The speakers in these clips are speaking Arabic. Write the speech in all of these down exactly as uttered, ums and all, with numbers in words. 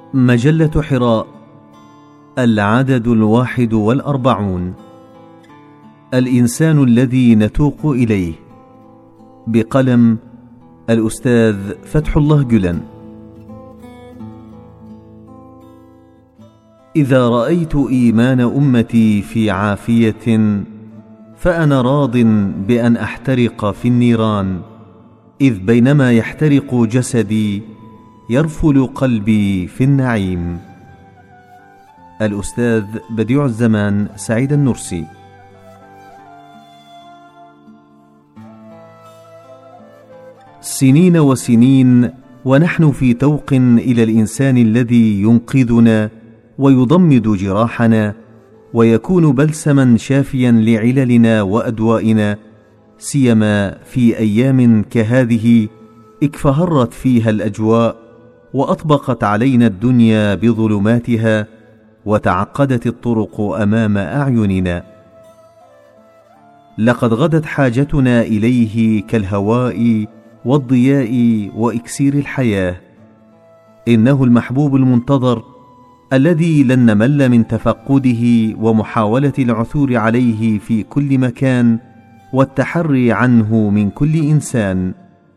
مجلة حراء، العدد الواحد والأربعون. الإنسان الذي نتوق إليه، بقلم الأستاذ فتح الله جلن. إذا رأيت إيمان أمتي في عافية فأنا راض بأن أحترق في النيران، إذ بينما يحترق جسدي يرفل قلبي في النعيم. الأستاذ بديع الزمان سعيد النرسي. سنين وسنين ونحن في توق إلى الإنسان الذي ينقذنا ويضمد جراحنا ويكون بلسما شافيا لعللنا وأدوائنا، سيما في أيام كهذه اكفهرت فيها الأجواء وأطبقت علينا الدنيا بظلماتها وتعقدت الطرق أمام أعيننا. لقد غدت حاجتنا إليه كالهواء والضياء وإكسير الحياة. إنه المحبوب المنتظر الذي لن نمل من تفقده ومحاولة العثور عليه في كل مكان والتحري عنه من كل إنسان.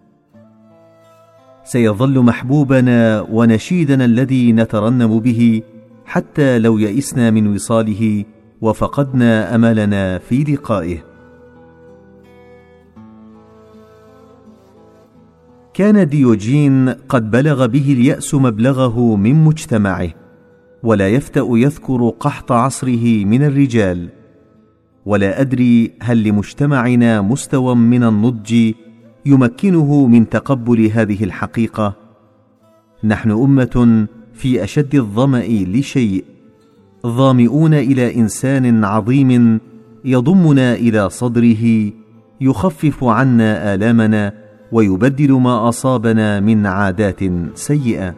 سيظل محبوبنا ونشيدنا الذي نترنم به حتى لو يئسنا من وصاله وفقدنا أملنا في لقائه. كان ديوجين قد بلغ به اليأس مبلغه من مجتمعه، ولا يفتأ يذكر قحط عصره من الرجال. ولا أدري هل لمجتمعنا مستوى من النضج يمكنه من تقبل هذه الحقيقة. نحن أمة في أشد الظمأ لشيء، ظامئون إلى إنسان عظيم يضمنا إلى صدره، يخفف عنا آلامنا ويبدل ما أصابنا من عادات سيئة.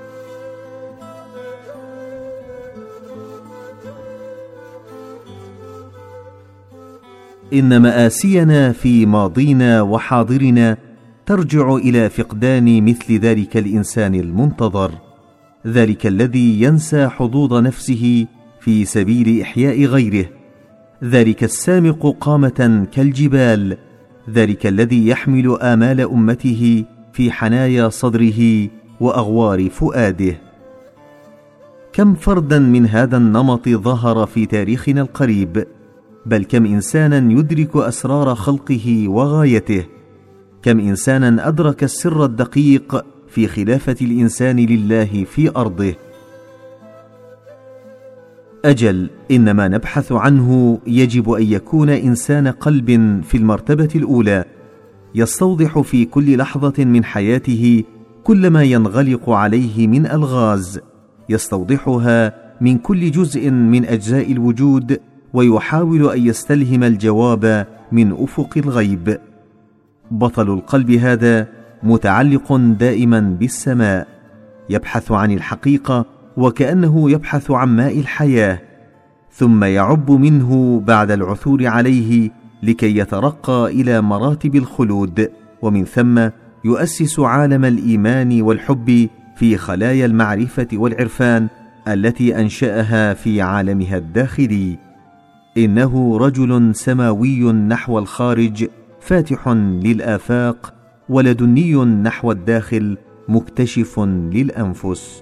إن مآسينا في ماضينا وحاضرنا ترجع إلى فقدان مثل ذلك الإنسان المنتظر، ذلك الذي ينسى حظوظ نفسه في سبيل إحياء غيره، ذلك السامق قامة كالجبال، ذلك الذي يحمل آمال أمته في حنايا صدره وأغوار فؤاده. كم فردا من هذا النمط ظهر في تاريخنا القريب، بل كم إنسانا يدرك أسرار خلقه وغايته، كم إنسانا أدرك السر الدقيق في خلافة الإنسان لله في أرضه. أجل، إنما نبحث عنه يجب أن يكون إنسان قلب في المرتبة الأولى، يستوضح في كل لحظة من حياته كل ما ينغلق عليه من ألغاز، يستوضحها من كل جزء من أجزاء الوجود، ويحاول أن يستلهم الجواب من أفق الغيب. بطل القلب هذا متعلق دائما بالسماء، يبحث عن الحقيقة وكأنه يبحث عن ماء الحياة، ثم يعب منه بعد العثور عليه لكي يترقى إلى مراتب الخلود، ومن ثم يؤسس عالم الإيمان والحب في خلايا المعرفة والعرفان التي أنشأها في عالمها الداخلي. إنه رجل سماوي نحو الخارج فاتح للآفاق، ولدني نحو الداخل مكتشف للأنفس.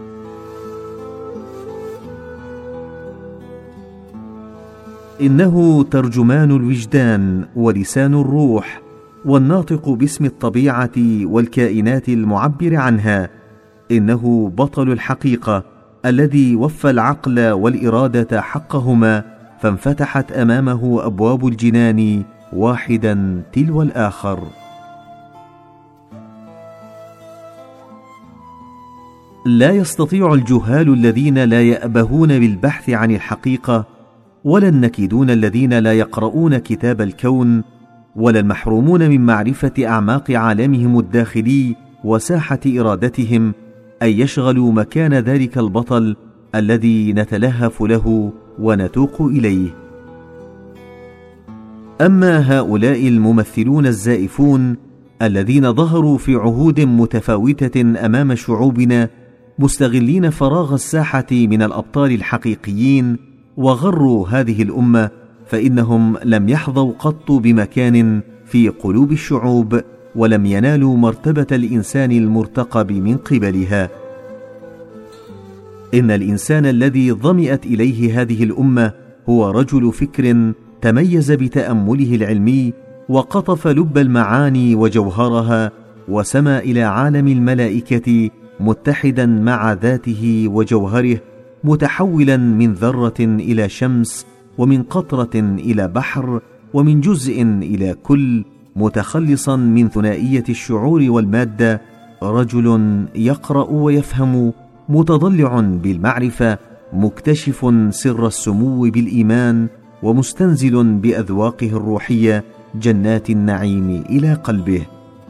إنه ترجمان الوجدان ولسان الروح، والناطق باسم الطبيعة والكائنات المعبر عنها. إنه بطل الحقيقة الذي وفى العقل والإرادة حقهما، فانفتحت أمامه أبواب الجنان واحدا تلو الآخر. لا يستطيع الجهال الذين لا يأبهون بالبحث عن الحقيقة، ولا النكدون الذين لا يقرؤون كتاب الكون، ولا المحرومون من معرفة أعماق عالمهم الداخلي وساحة إرادتهم، أن يشغلوا مكان ذلك البطل الذي نتلهف له ونتوق إليه. أما هؤلاء الممثلون الزائفون الذين ظهروا في عهود متفاوتة أمام شعوبنا مستغلين فراغ الساحة من الأبطال الحقيقيين وغروا هذه الأمة، فإنهم لم يحظوا قط بمكان في قلوب الشعوب، ولم ينالوا مرتبة الإنسان المرتقب من قبلها. إن الإنسان الذي ظمئت إليه هذه الأمة هو رجل فكر تميز بتأمله العلمي، وقطف لب المعاني وجوهرها، وسمى إلى عالم الملائكة متحدا مع ذاته وجوهره، متحولا من ذرة إلى شمس، ومن قطرة إلى بحر، ومن جزء إلى كل، متخلصا من ثنائية الشعور والمادة، رجل يقرأ ويفهم، متضلع بالمعرفة، مكتشف سر السمو بالإيمان، ومستنزل بأذواقه الروحية جنات النعيم إلى قلبه.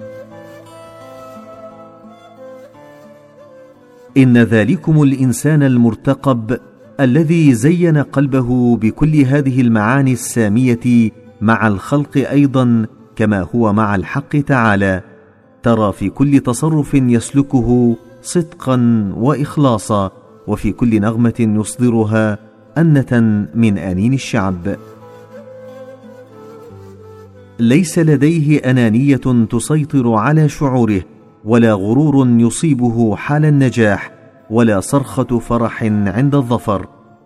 إن ذلكم الإنسان المرتقب الذي زين قلبه بكل هذه المعاني السامية مع الخلق أيضا كما هو مع الحق تعالى، ترى في كل تصرف يسلكه صدقا وإخلاصا، وفي كل نغمة يصدرها أنة من أنين الشعب. ليس لديه أنانية تسيطر على شعوره، ولا غرور يصيبه حال النجاح، ولا صرخة فرح عند الظفر.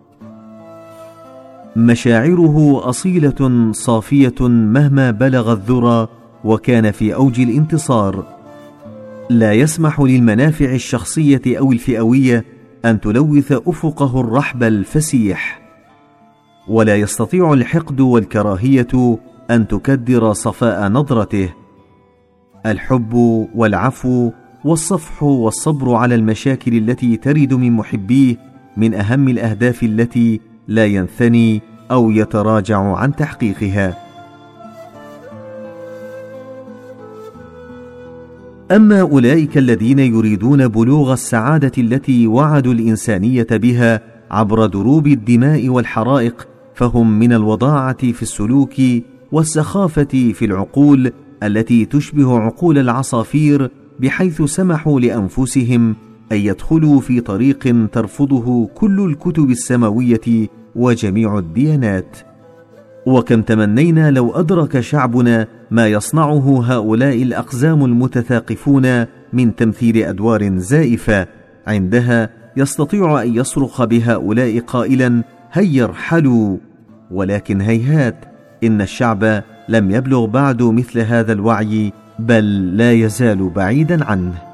مشاعره أصيلة صافية مهما بلغ الذرى وكان في أوج الانتصار. لا يسمح للمنافع الشخصية أو الفئوية أن تلوث أفقه الرحب الفسيح، ولا يستطيع الحقد والكراهية أن تكدر صفاء نظرته. الحب والعفو والصفح والصبر على المشاكل التي ترد من محبيه من أهم الأهداف التي لا ينثني أو يتراجع عن تحقيقها. أما أولئك الذين يريدون بلوغ السعادة التي وعدوا الإنسانية بها عبر دروب الدماء والحرائق، فهم من الوضاعة في السلوك والسخافة في العقول التي تشبه عقول العصافير، بحيث سمحوا لأنفسهم أن يدخلوا في طريق ترفضه كل الكتب السماوية وجميع الديانات. وكم تمنينا لو أدرك شعبنا ما يصنعه هؤلاء الأقزام المتثاقفون من تمثيل أدوار زائفة، عندها يستطيع أن يصرخ بهؤلاء قائلا هيا ارحلوا. ولكن هيهات، إن الشعب لم يبلغ بعد مثل هذا الوعي، بل لا يزال بعيدا عنه.